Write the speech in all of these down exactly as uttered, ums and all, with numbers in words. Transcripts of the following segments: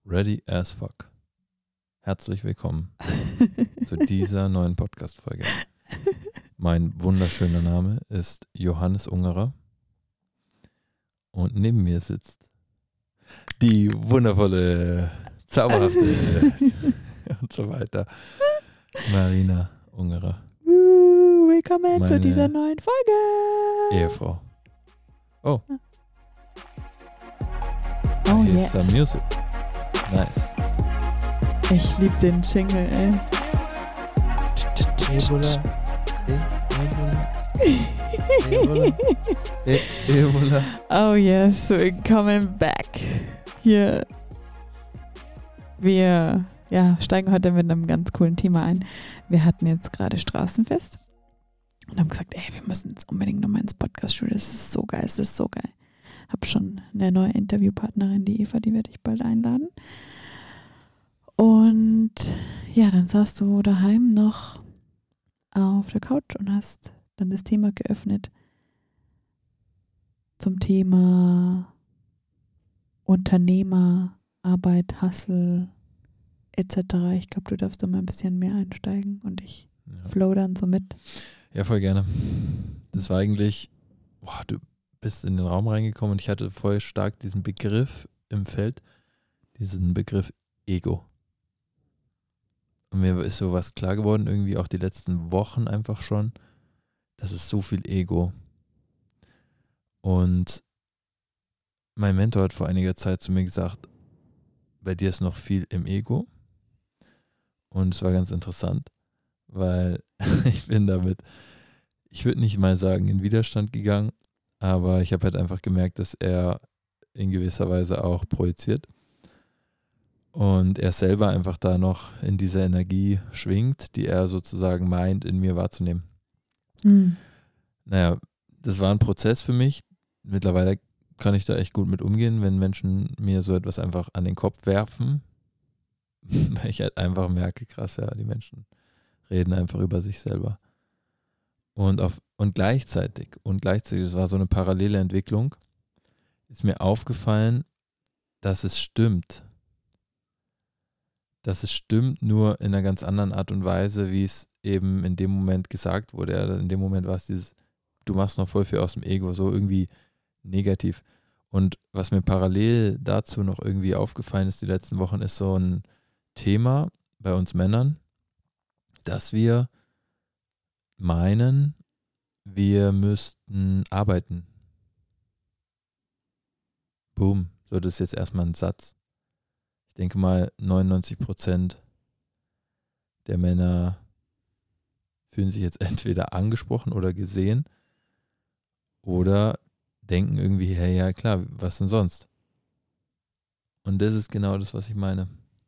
Ready as fuck. Herzlich willkommen zu dieser neuen Podcast-Folge. Mein wunderschöner Name ist Johannes Ungerer und neben mir sitzt die wundervolle, zauberhafte und so weiter Marina Ungerer. Uh, willkommen Meine zu dieser neuen Folge. Ehefrau. Oh. Oh Here's yes. some music. Nice. Ich liebe den Jingle, ey. Ebola. Ebola. E Ebola. Oh yes, willkommen back. Hier. Wir ja, steigen heute mit einem ganz coolen Thema ein. Wir hatten jetzt gerade Straßenfest und haben gesagt, ey, wir müssen jetzt unbedingt nochmal ins Podcast-Studio. Das ist so geil, das ist so geil. Hab schon eine neue Interviewpartnerin, die Eva, die werde ich bald einladen. Und ja, dann saßt du daheim noch auf der Couch und hast dann das Thema geöffnet zum Thema Unternehmer, Arbeit, Hustle et cetera. Ich glaube, du darfst da mal ein bisschen mehr einsteigen und ich Ja. flow dann so mit. Ja, voll gerne. Das war eigentlich, boah, du bist in den Raum reingekommen und ich hatte voll stark diesen Begriff im Feld, diesen Begriff Ego. Und mir ist sowas klar geworden, irgendwie auch die letzten Wochen einfach schon, das ist so viel Ego. Und mein Mentor hat vor einiger Zeit zu mir gesagt, bei dir ist noch viel im Ego. Und es war ganz interessant, weil ich bin damit, ich würde nicht mal sagen, in Widerstand gegangen, aber ich habe halt einfach gemerkt, dass er in gewisser Weise auch projiziert. Und er selber einfach da noch in dieser Energie schwingt, die er sozusagen meint, in mir wahrzunehmen. Mhm. Naja, das war ein Prozess für mich. Mittlerweile kann ich da echt gut mit umgehen, wenn Menschen mir so etwas einfach an den Kopf werfen, weil ich halt einfach merke, krass, ja, die Menschen reden einfach über sich selber. Und, auf, und gleichzeitig, und gleichzeitig, das war so eine parallele Entwicklung, ist mir aufgefallen, dass es stimmt. Dass es stimmt, nur in einer ganz anderen Art und Weise, wie es eben in dem Moment gesagt wurde. Ja, in dem Moment war es dieses, du machst noch voll viel aus dem Ego, so irgendwie negativ. Und was mir parallel dazu noch irgendwie aufgefallen ist die letzten Wochen, ist so ein Thema bei uns Männern, dass wir meinen, wir müssten arbeiten. Boom, so das ist jetzt erstmal ein Satz. Ich denke mal, neunundneunzig Prozent der Männer fühlen sich jetzt entweder angesprochen oder gesehen oder denken irgendwie, hey, ja klar, was denn sonst? Und das ist genau das, was ich meine.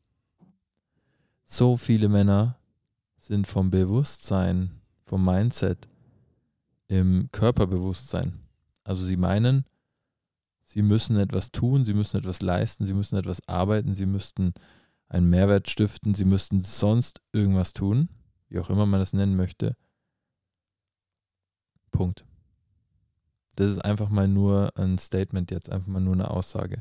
So viele Männer sind vom Bewusstsein, vom Mindset im Körperbewusstsein. Also sie meinen, sie müssen etwas tun, sie müssen etwas leisten, sie müssen etwas arbeiten, sie müssten einen Mehrwert stiften, sie müssten sonst irgendwas tun, wie auch immer man das nennen möchte. Punkt. Das ist einfach mal nur ein Statement jetzt, einfach mal nur eine Aussage.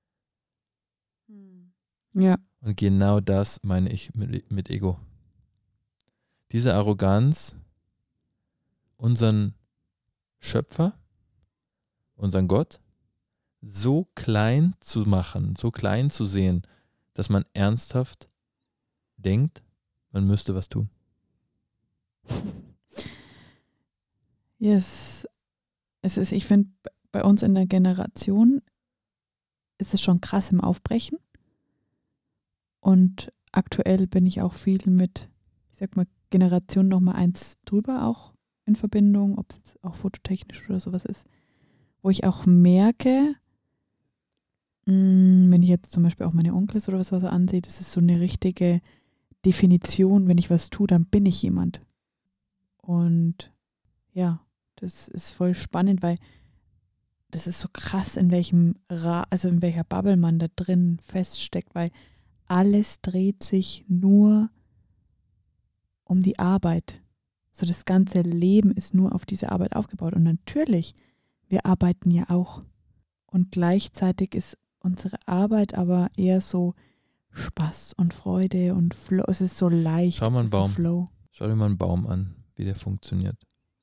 Ja. Und genau das meine ich mit, mit Ego. Diese Arroganz, unseren Schöpfer, unseren Gott, so klein zu machen, so klein zu sehen, dass man ernsthaft denkt, man müsste was tun. Yes. Es ist, ich finde, bei uns in der Generation ist es schon krass im Aufbrechen. Und aktuell bin ich auch viel mit, ich sag mal, Generation nochmal eins drüber auch in Verbindung, ob es jetzt auch fototechnisch oder sowas ist, wo ich auch merke, mh, wenn ich jetzt zum Beispiel auch meine Onkels oder was, was ansehe, das ist so eine richtige Definition, wenn ich was tue, dann bin ich jemand. Und ja, das ist voll spannend, weil das ist so krass, in welchem Ra- also in welcher Bubble man da drin feststeckt, weil alles dreht sich nur um die Arbeit. So das ganze Leben ist nur auf diese Arbeit aufgebaut. Und natürlich, wir arbeiten ja auch. Und gleichzeitig ist unsere Arbeit aber eher so Spaß und Freude und Flow. Es ist so leicht. Schau mal es einen ist so Baum. Flow. Schau dir mal einen Baum an, wie der funktioniert.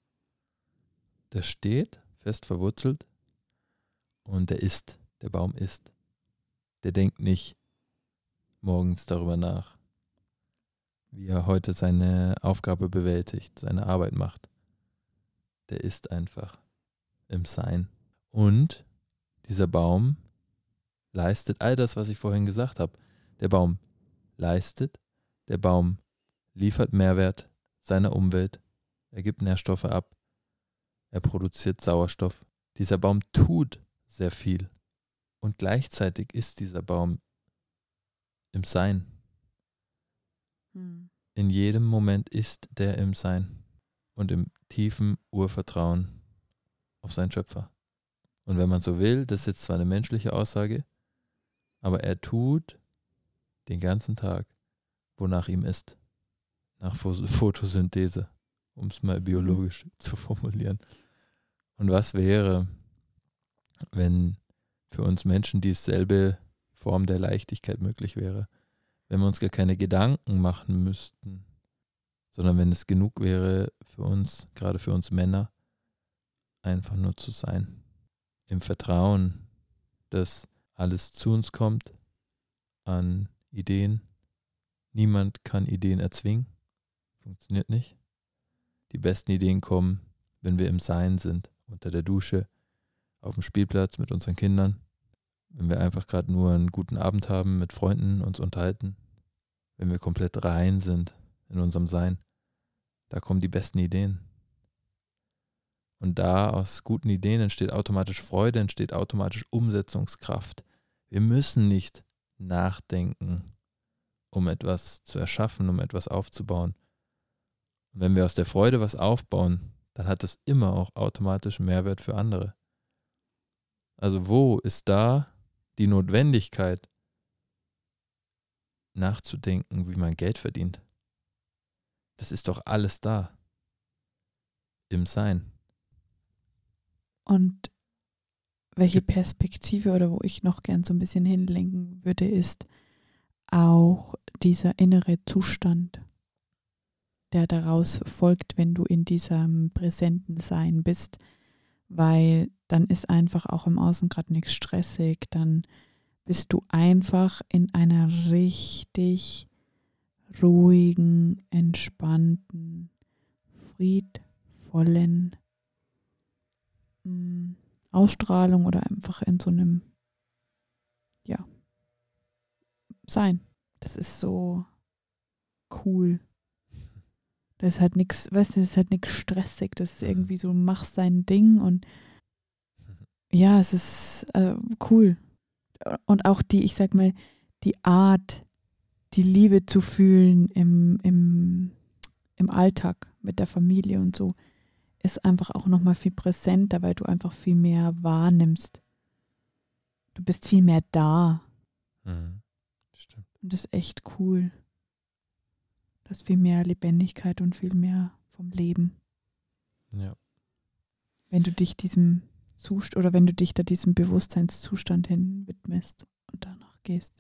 Der steht fest verwurzelt und der isst. Der Baum isst. Der denkt nicht morgens darüber nach, wie er heute seine Aufgabe bewältigt, seine Arbeit macht. Der ist einfach im Sein. Und dieser Baum leistet all das, was ich vorhin gesagt habe. Der Baum leistet, der Baum liefert Mehrwert seiner Umwelt, er gibt Nährstoffe ab, er produziert Sauerstoff. Dieser Baum tut sehr viel. Und gleichzeitig ist dieser Baum im Sein. Hm. In jedem Moment ist der im Sein und im tiefen Urvertrauen auf seinen Schöpfer. Und wenn man so will, das ist jetzt zwar eine menschliche Aussage, aber er tut den ganzen Tag, wonach ihm ist. Nach Photosynthese, um es mal biologisch mhm. zu formulieren. Und was wäre, wenn für uns Menschen dieselbe Form der Leichtigkeit möglich wäre? Wenn wir uns gar keine Gedanken machen müssten, sondern wenn es genug wäre für uns, gerade für uns Männer, einfach nur zu sein. Im Vertrauen, dass alles zu uns kommt an Ideen. Niemand kann Ideen erzwingen. Funktioniert nicht. Die besten Ideen kommen, wenn wir im Sein sind, unter der Dusche, auf dem Spielplatz mit unseren Kindern, wenn wir einfach gerade nur einen guten Abend haben, mit Freunden uns unterhalten, wenn wir komplett rein sind in unserem Sein, da kommen die besten Ideen. Und da aus guten Ideen entsteht automatisch Freude, entsteht automatisch Umsetzungskraft. Wir müssen nicht nachdenken, um etwas zu erschaffen, um etwas aufzubauen. Und wenn wir aus der Freude was aufbauen, dann hat das immer auch automatisch Mehrwert für andere. Also wo ist da die Notwendigkeit, nachzudenken, wie man Geld verdient? Das ist doch alles da. Im Sein. Und welche Perspektive oder wo ich noch gern so ein bisschen hinlenken würde, ist auch dieser innere Zustand, der daraus folgt, wenn du in diesem präsenten Sein bist, weil dann ist einfach auch im Außen gerade nichts stressig, dann bist du einfach in einer richtig ruhigen, entspannten, friedvollen mh, Ausstrahlung oder einfach in so einem, ja, Sein. Das ist so cool. Da ist halt nichts, weißt du, das ist halt nichts stressig. Das ist irgendwie so, mach sein Ding und ja, es ist äh, cool. Und auch die, ich sag mal, die Art, die Liebe zu fühlen im, im, im Alltag mit der Familie und so, ist einfach auch nochmal viel präsenter, weil du einfach viel mehr wahrnimmst. Du bist viel mehr da. Mhm. Stimmt. Und das ist echt cool. Das ist viel mehr Lebendigkeit und viel mehr vom Leben. Ja. Wenn du dich diesem Zustand oder wenn du dich da diesem Bewusstseinszustand hin widmest und danach gehst.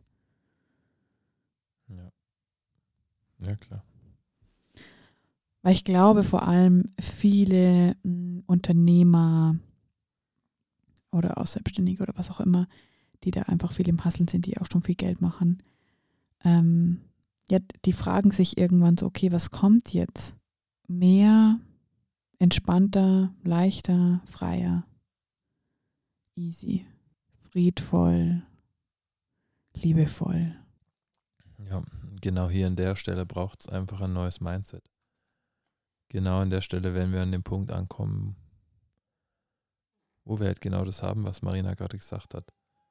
Ja. Ja, klar. Weil ich glaube, vor allem viele mh, Unternehmer oder auch Selbstständige oder was auch immer, die da einfach viel im Hasseln sind, die auch schon viel Geld machen, ähm, ja, die fragen sich irgendwann so, okay, was kommt jetzt? Mehr, entspannter, leichter, freier, easy, friedvoll, liebevoll. Ja, genau hier an der Stelle braucht es einfach ein neues Mindset. Genau an der Stelle, wenn wir an dem Punkt ankommen, wo wir halt genau das haben, was Marina gerade gesagt hat.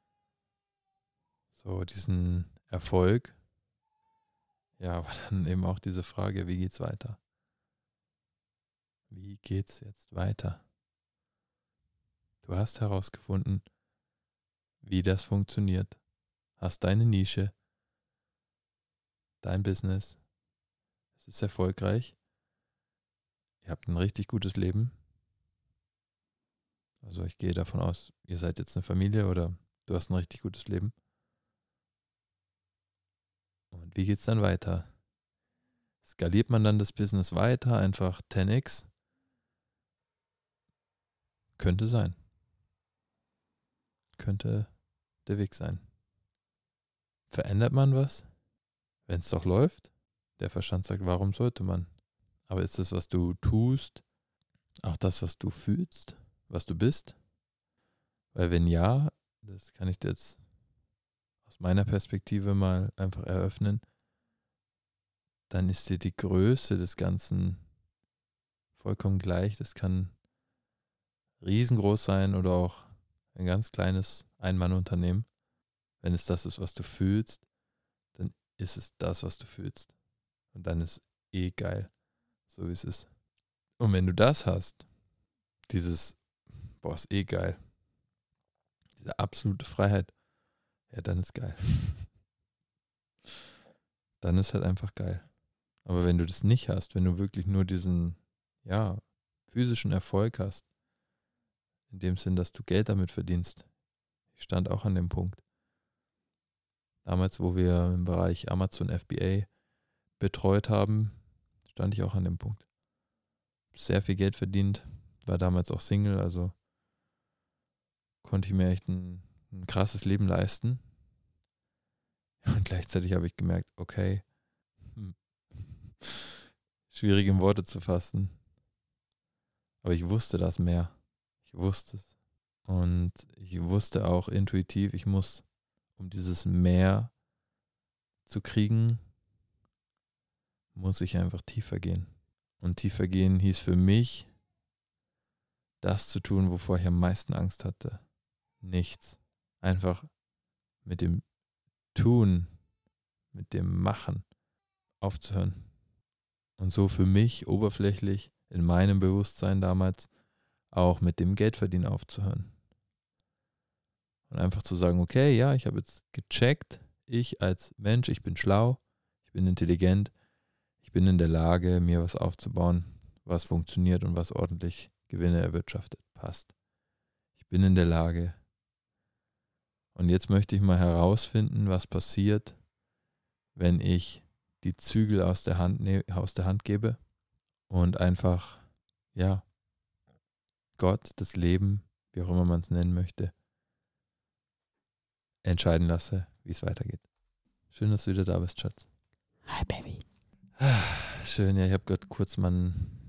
So diesen Erfolg. Ja, aber dann eben auch diese Frage, wie geht's weiter? Wie geht's jetzt weiter? Du hast herausgefunden, wie das funktioniert. Hast deine Nische, dein Business. Es ist erfolgreich. Ihr habt ein richtig gutes Leben. Also ich gehe davon aus, ihr seid jetzt eine Familie oder du hast ein richtig gutes Leben. wie geht es dann weiter? Skaliert man dann das Business weiter, einfach zehn x? Könnte sein. Könnte der Weg sein. Verändert man was? Wenn es doch läuft? Der Verstand sagt, warum sollte man? Aber ist das, was du tust, auch das, was du fühlst, was du bist? Weil wenn ja, das kann ich dir jetzt aus meiner Perspektive mal einfach eröffnen, dann ist dir die Größe des Ganzen vollkommen gleich. Das kann riesengroß sein oder auch ein ganz kleines Ein-Mann-Unternehmen. Wenn es das ist, was du fühlst, dann ist es das, was du fühlst. Und dann ist eh geil, so wie es ist. Und wenn du das hast, dieses, boah, ist eh geil, diese absolute Freiheit, ja, dann ist geil. Dann ist halt einfach geil. Aber wenn du das nicht hast, wenn du wirklich nur diesen, ja, physischen Erfolg hast, in dem Sinn, dass du Geld damit verdienst, ich stand auch an dem Punkt. Damals, wo wir im Bereich Amazon F B A betreut haben, stand ich auch an dem Punkt. Sehr viel Geld verdient, war damals auch Single, also konnte ich mir echt ein, ein krasses Leben leisten. Und gleichzeitig habe ich gemerkt, okay, hm, schwierig in Worte zu fassen. Aber ich wusste das mehr. Ich wusste es. Und ich wusste auch intuitiv, ich muss, um dieses Mehr zu kriegen, muss ich einfach tiefer gehen. Und tiefer gehen hieß für mich, das zu tun, wovor ich am meisten Angst hatte. Nichts. Einfach mit dem Tun, mit dem Machen aufzuhören. Und so für mich oberflächlich in meinem Bewusstsein damals auch mit dem Geldverdienen aufzuhören. Und einfach zu sagen, okay, ja, ich habe jetzt gecheckt, ich als Mensch, ich bin schlau, ich bin intelligent, ich bin in der Lage, mir was aufzubauen, was funktioniert und was ordentlich Gewinne erwirtschaftet. Passt. Ich bin in der Lage. Und jetzt möchte ich mal herausfinden, was passiert, wenn ich die Zügel aus der Hand, ne- aus der Hand gebe und einfach, ja, Gott, das Leben, wie auch immer man es nennen möchte, entscheiden lasse, wie es weitergeht. Schön, dass du wieder da bist, Schatz. Hi, Baby. Schön, ja, ich habe gerade kurz mal,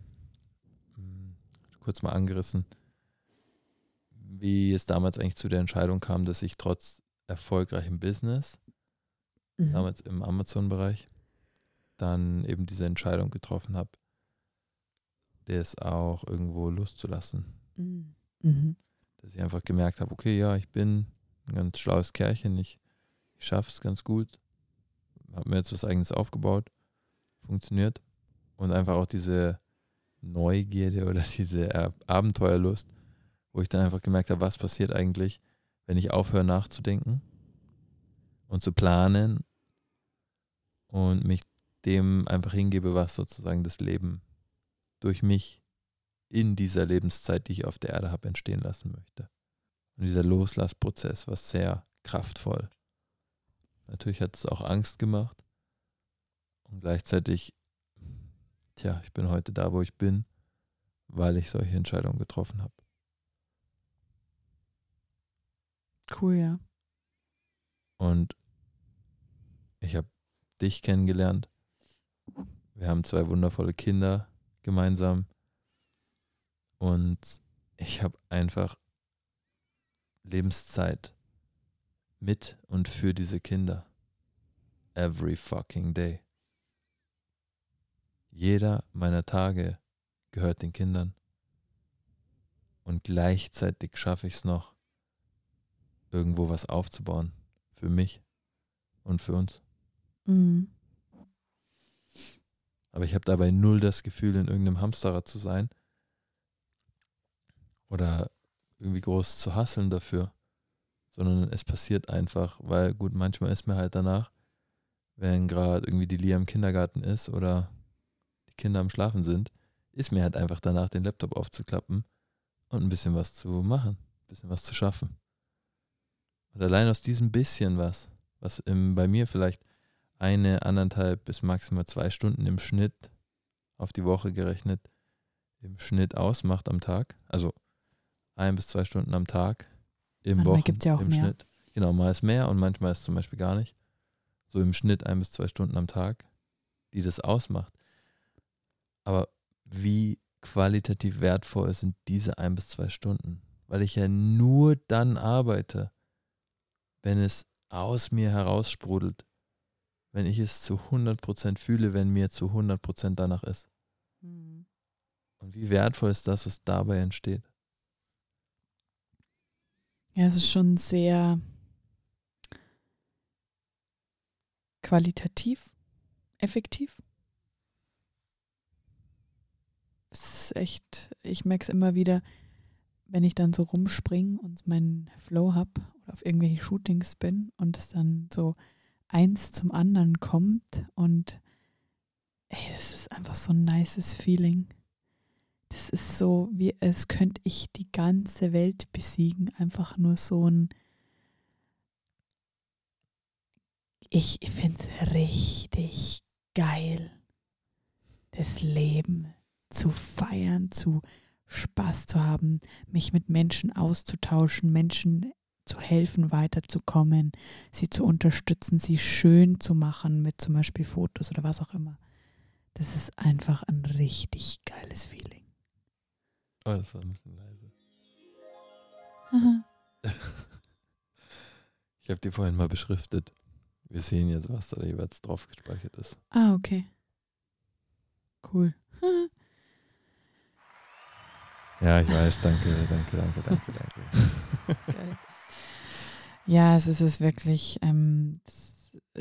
kurz mal angerissen, wie es damals eigentlich zu der Entscheidung kam, dass ich trotz erfolgreichem Business, mhm. damals im Amazon-Bereich, dann eben diese Entscheidung getroffen habe, das auch irgendwo loszulassen. Mhm. Dass ich einfach gemerkt habe, okay, ja, ich bin ein ganz schlaues Kerlchen, ich, ich schaffe es ganz gut, habe mir jetzt was Eigenes aufgebaut, funktioniert und einfach auch diese Neugierde oder diese Abenteuerlust, wo ich dann einfach gemerkt habe, was passiert eigentlich, wenn ich aufhöre nachzudenken und zu planen und mich dem einfach hingebe, was sozusagen das Leben durch mich in dieser Lebenszeit, die ich auf der Erde habe, entstehen lassen möchte. Und dieser Loslassprozess war sehr kraftvoll. Natürlich hat es auch Angst gemacht und gleichzeitig, tja, ich bin heute da, wo ich bin, weil ich solche Entscheidungen getroffen habe. Cool, ja. Und ich habe dich kennengelernt. Wir haben zwei wundervolle Kinder gemeinsam. Und ich habe einfach Lebenszeit mit und für diese Kinder. Every fucking day. Jeder meiner Tage gehört den Kindern. Und gleichzeitig schaffe ich es noch, irgendwo was aufzubauen. Für mich und für uns. Mhm. Aber ich habe dabei null das Gefühl, in irgendeinem Hamsterrad zu sein. Oder irgendwie groß zu hasseln dafür. Sondern es passiert einfach, weil gut, manchmal ist mir halt danach, wenn gerade irgendwie die Lia im Kindergarten ist oder die Kinder am Schlafen sind, ist mir halt einfach danach, den Laptop aufzuklappen und ein bisschen was zu machen, ein bisschen was zu schaffen. Und allein aus diesem bisschen was, was im, bei mir vielleicht eine, anderthalb bis maximal zwei Stunden im Schnitt auf die Woche gerechnet im Schnitt ausmacht am Tag. Also ein bis zwei Stunden am Tag im Manchmal Wochen gibt's ja auch im mehr. Schnitt. Genau, mal ist mehr und manchmal ist zum Beispiel gar nicht. So im Schnitt ein bis zwei Stunden am Tag, die das ausmacht. Aber wie qualitativ wertvoll sind diese ein bis zwei Stunden? Weil ich ja nur dann arbeite, wenn es aus mir heraussprudelt. Wenn ich es zu hundert Prozent fühle, wenn mir zu hundert Prozent danach ist. Mhm. Und wie wertvoll ist das, was dabei entsteht? Ja, es ist schon sehr qualitativ, effektiv. Es ist echt, ich merke es immer wieder, wenn ich dann so rumspringe und meinen Flow habe oder auf irgendwelche Shootings bin und es dann so eins zum anderen kommt und ey, das ist einfach so ein nices Feeling. Das ist so, wie als könnte ich die ganze Welt besiegen. Einfach nur so ein, ich finde es richtig geil, das Leben zu feiern, zu Spaß zu haben, mich mit Menschen auszutauschen, Menschen zu helfen, weiterzukommen, sie zu unterstützen, sie schön zu machen mit zum Beispiel Fotos oder was auch immer. Das ist einfach ein richtig geiles Feeling. Oh, das war ein bisschen leise. Aha. Ich habe die vorhin mal beschriftet. Wir sehen jetzt, was da jeweils drauf gespeichert ist. Ah, okay. Cool. Ja, ich weiß. Danke, danke, danke, danke, danke. Geil. Ja, es ist es wirklich. Ähm, das, äh,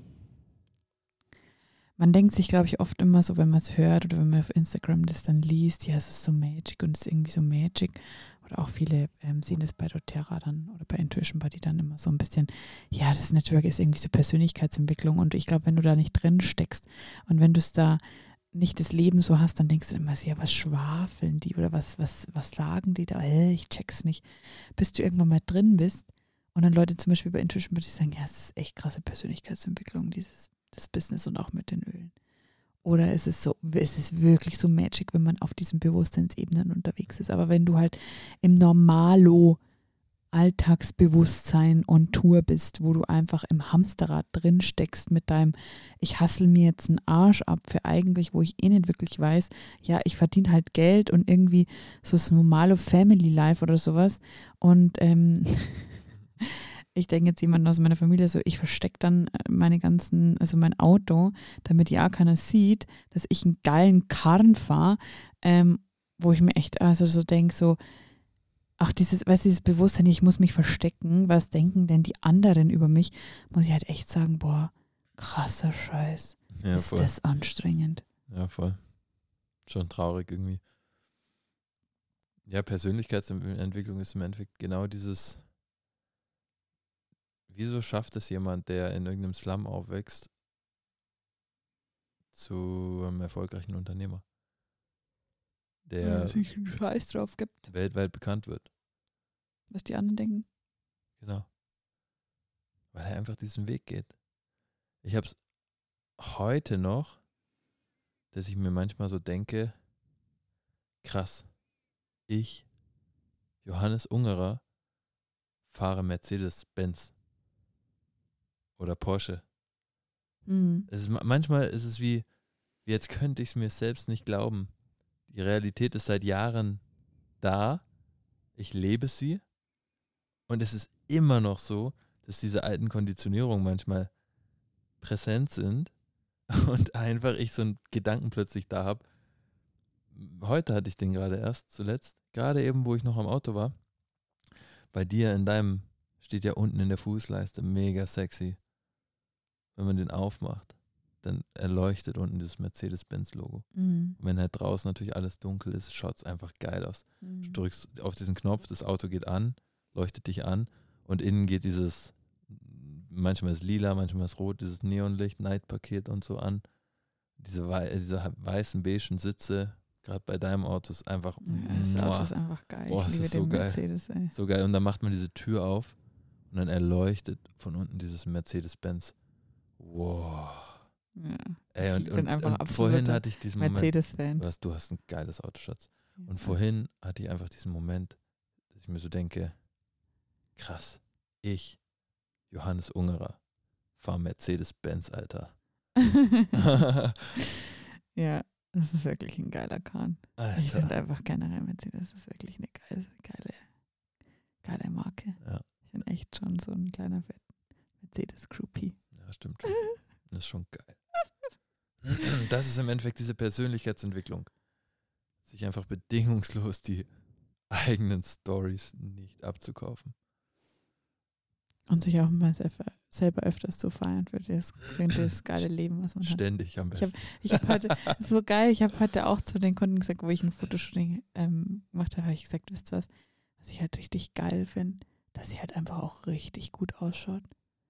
man denkt sich, glaube ich, oft immer so, wenn man es hört oder wenn man auf Instagram das dann liest, ja, es ist so magic und es ist irgendwie so magic. Oder auch viele ähm, sehen das bei doTERRA dann oder bei Intuition Body dann immer so ein bisschen, ja, das Network ist irgendwie so Persönlichkeitsentwicklung und ich glaube, wenn du da nicht drin steckst und wenn du es da nicht das Leben so hast, dann denkst du immer, ja, was schwafeln die oder was, was, was sagen die da? Hey, ich check's nicht. Bis du irgendwann mal drin bist und dann Leute zum Beispiel bei Intuition Body sagen, ja, es ist echt krasse Persönlichkeitsentwicklung, dieses das Business und auch mit den Ölen. Oder ist es so, ist es wirklich so magic, wenn man auf diesen Bewusstseinsebenen unterwegs ist. Aber wenn du halt im Normalo Alltagsbewusstsein on Tour bist, wo du einfach im Hamsterrad drin steckst mit deinem, ich hassel mir jetzt einen Arsch ab für eigentlich, wo ich eh nicht wirklich weiß, ja, ich verdiene halt Geld und irgendwie so das normale Family Life oder sowas. Und ähm, ich denke jetzt jemand aus meiner Familie so, ich verstecke dann meine ganzen, also mein Auto, damit ja keiner sieht, dass ich einen geilen Karren fahre, ähm, wo ich mir echt also so denke, so, ach, dieses, weißt du, dieses Bewusstsein, ich muss mich verstecken, was denken denn die anderen über mich, muss ich halt echt sagen, boah, krasser Scheiß. Ja, ist voll. das anstrengend. Ja, voll. Schon traurig irgendwie. Ja, Persönlichkeitsentwicklung ist im Endeffekt genau dieses, wieso schafft es jemand, der in irgendeinem Slum aufwächst, zu einem erfolgreichen Unternehmer? Der sich einen Scheiß drauf gibt, weltweit bekannt wird. was die anderen denken. Genau. Weil er einfach diesen Weg geht. Ich habe es heute noch, dass ich mir manchmal so denke, krass, ich, Johannes Ungerer, fahre Mercedes-Benz oder Porsche. Mhm. Es ist, manchmal ist es wie, wie jetzt könnte ich es mir selbst nicht glauben. Die Realität ist seit Jahren da, ich lebe sie und es ist immer noch so, dass diese alten Konditionierungen manchmal präsent sind und einfach ich so einen Gedanken plötzlich da habe. Heute hatte ich den gerade erst, zuletzt, gerade eben, wo ich noch am Auto war. Bei dir in deinem steht ja unten in der Fußleiste, mega sexy. Wenn man den aufmacht, dann erleuchtet unten dieses Mercedes-Benz-Logo. Mhm. Und wenn halt draußen natürlich alles dunkel ist, schaut es einfach geil aus. Mhm. Du drückst auf diesen Knopf, das Auto geht an, leuchtet dich an und innen geht dieses, manchmal ist lila, manchmal ist rot, dieses Neonlicht, Night-Paket und so an. Diese, wei diese weißen, beigen Sitze, gerade bei deinem Auto, ist einfach, Ja, das muah, Auto ist einfach geil. Boah, ich es liebe ist den so geil. Mercedes, ey. so geil. Und dann macht man diese Tür auf und dann erleuchtet von unten dieses Mercedes-Benz. Wow. Ey, und, ich bin und, einfach und vorhin absoluter hatte ich diesen Moment. Mercedes-Fan. Was, du hast ein geiles Auto, Schatz. Ja. Und vorhin hatte ich einfach diesen Moment, dass ich mir so denke, krass, ich, Johannes Ungerer, fahre Mercedes-Benz, Alter. Ja, das ist wirklich ein geiler Kahn. Alter. Ich finde einfach generell Mercedes ist wirklich eine geile, geile, geile Marke. Ja. Ich bin echt schon so ein kleiner Mercedes-Groupie. Ja, stimmt schon. Das ist schon geil. Das ist im Endeffekt diese Persönlichkeitsentwicklung. Sich einfach bedingungslos die eigenen Stories nicht abzukaufen. Und sich auch mal selber öfters zu feiern für das, für das geile Leben, was man hat. Ständig am besten. Ich habe hab heute, das ist so geil, ich habe heute auch zu den Kunden gesagt, wo ich ein Fotoshooting ähm, gemacht habe, habe ich gesagt, wisst ihr was, was ich halt richtig geil finde, dass sie halt einfach auch richtig gut ausschaut.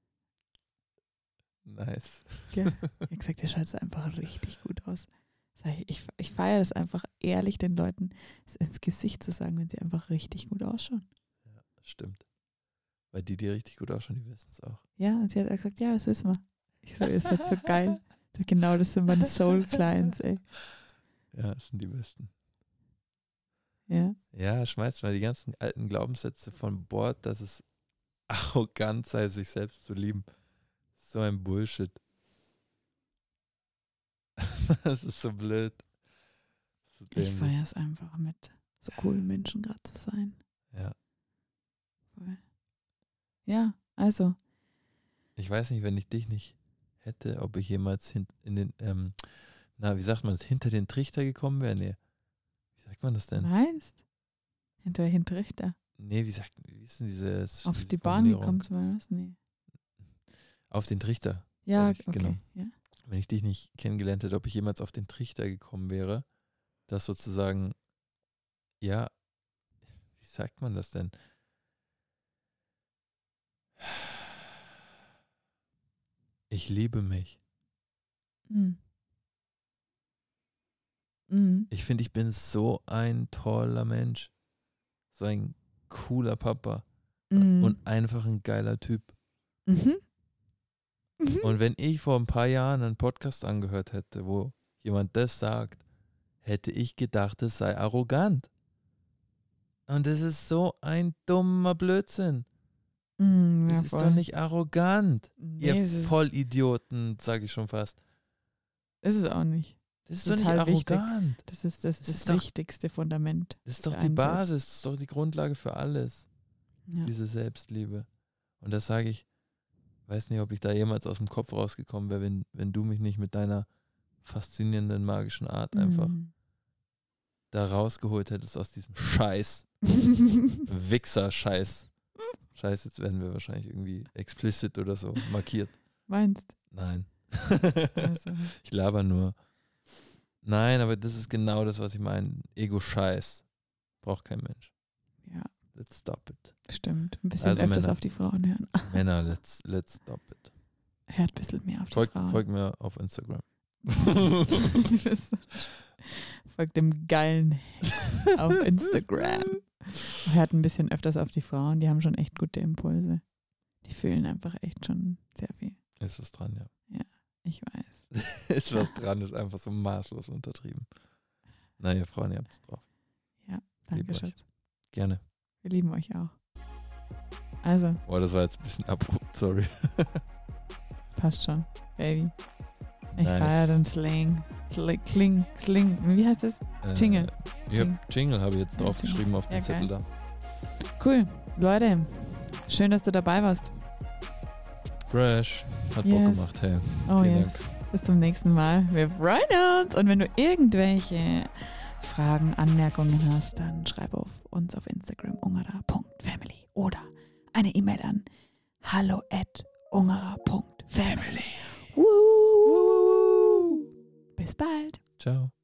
Nice. Ja. Ich habe gesagt, ihr schaut so einfach richtig gut aus. Sag ich ich, ich feiere das einfach ehrlich, den Leuten ins Gesicht zu sagen, wenn sie einfach richtig gut ausschauen. Ja, stimmt. Weil die, die richtig gut ausschauen, die wissen es auch. Ja, und sie hat gesagt, ja, das wissen wir. Ich so, ihr seid so geil. Genau, das sind meine Soul-Clients, ey. Ja, das sind die besten. Ja. Ja, schmeißt mal die ganzen alten Glaubenssätze von Bord, dass es arrogant sei, sich selbst zu lieben. So ein Bullshit. Das ist so blöd. So Ich feiere es einfach, mit so coolen Menschen gerade zu sein. Ja. Voll. Ja, also. Ich weiß nicht, wenn ich dich nicht hätte, ob ich jemals hin, in den, ähm, na, wie sagt man das, hinter den Trichter gekommen wäre? Nee. Wie sagt man das denn? Meinst? Hinter welchen Trichter? Nee, wie sagt, wie ist denn dieses? Auf diese die Bahn Formulierung? gekommen zu werden, was? Nee. Auf den Trichter. Ja, ich, okay. genau. Ja. Wenn ich dich nicht kennengelernt hätte, ob ich jemals auf den Trichter gekommen wäre, dass sozusagen, ja, wie sagt man das denn? Ich liebe mich. Mhm. Mhm. Ich finde, ich bin so ein toller Mensch. So ein cooler Papa. Mhm. Und einfach ein geiler Typ. Mhm. Mhm. Und wenn ich vor ein paar Jahren einen Podcast angehört hätte, wo jemand das sagt, hätte ich gedacht, es sei arrogant. Und das ist so ein dummer Blödsinn. Mhm, Das ja, ist voll. doch nicht arrogant. Nee, Ihr es ist, Vollidioten, sage ich schon fast. ist es auch nicht. Das ist Total doch nicht wichtig. arrogant. Das ist das, Das das, ist doch- wichtigste Fundament. Das ist doch für die einen selbst. Basis, das ist doch die Grundlage für alles. Ja. Diese Selbstliebe. Und das sage ich, weiß nicht, ob ich da jemals aus dem Kopf rausgekommen wäre, wenn, wenn du mich nicht mit deiner faszinierenden, magischen Art einfach Mhm. da rausgeholt hättest aus diesem Scheiß. Wichser-Scheiß. Scheiß, jetzt werden wir wahrscheinlich irgendwie explicit oder so markiert. Meinst? Nein. Also, Ich laber nur. Nein, aber das ist genau das, was ich meine. Ego-Scheiß. Braucht kein Mensch. ja, Let's stop it. stimmt. Ein bisschen Also öfters Männer. auf die Frauen hören. Männer, let's, let's stop it. Hört ein bisschen mehr auf die Folgt, Frauen. folgt mir auf Instagram. Folgt dem geilen Hexen auf Instagram. Hört ein bisschen öfters auf die Frauen. Die haben schon echt gute Impulse. Die fühlen einfach echt schon sehr viel. Ist was dran, ja. Ich weiß. Ist was dran, ist einfach so maßlos untertrieben. Na, ihr Frauen, ihr habt es drauf. Ja, Lieb danke, euch. Schatz. Gerne. Wir lieben euch auch. Also, Boah, das war jetzt ein bisschen abrupt, sorry. passt schon, Baby. Ich Nice. feiere den Slang. Kling, Kling, Sling. Wie heißt das? Äh, Jingle. Ich hab Jingle habe ich jetzt Ja, draufgeschrieben auf den Ja, Zettel geil. da. Cool. Leute, schön, dass du dabei warst. Fresh. Hat Yes. Bock gemacht, hey. Oh Vielen yes. Bis zum nächsten Mal. Wir freuen uns. Und wenn du irgendwelche Fragen, Anmerkungen hast, dann schreib auf uns auf Instagram ungara punkt family oder eine E-Mail an hallo at ungara punkt family. Woo. Bis bald. Ciao.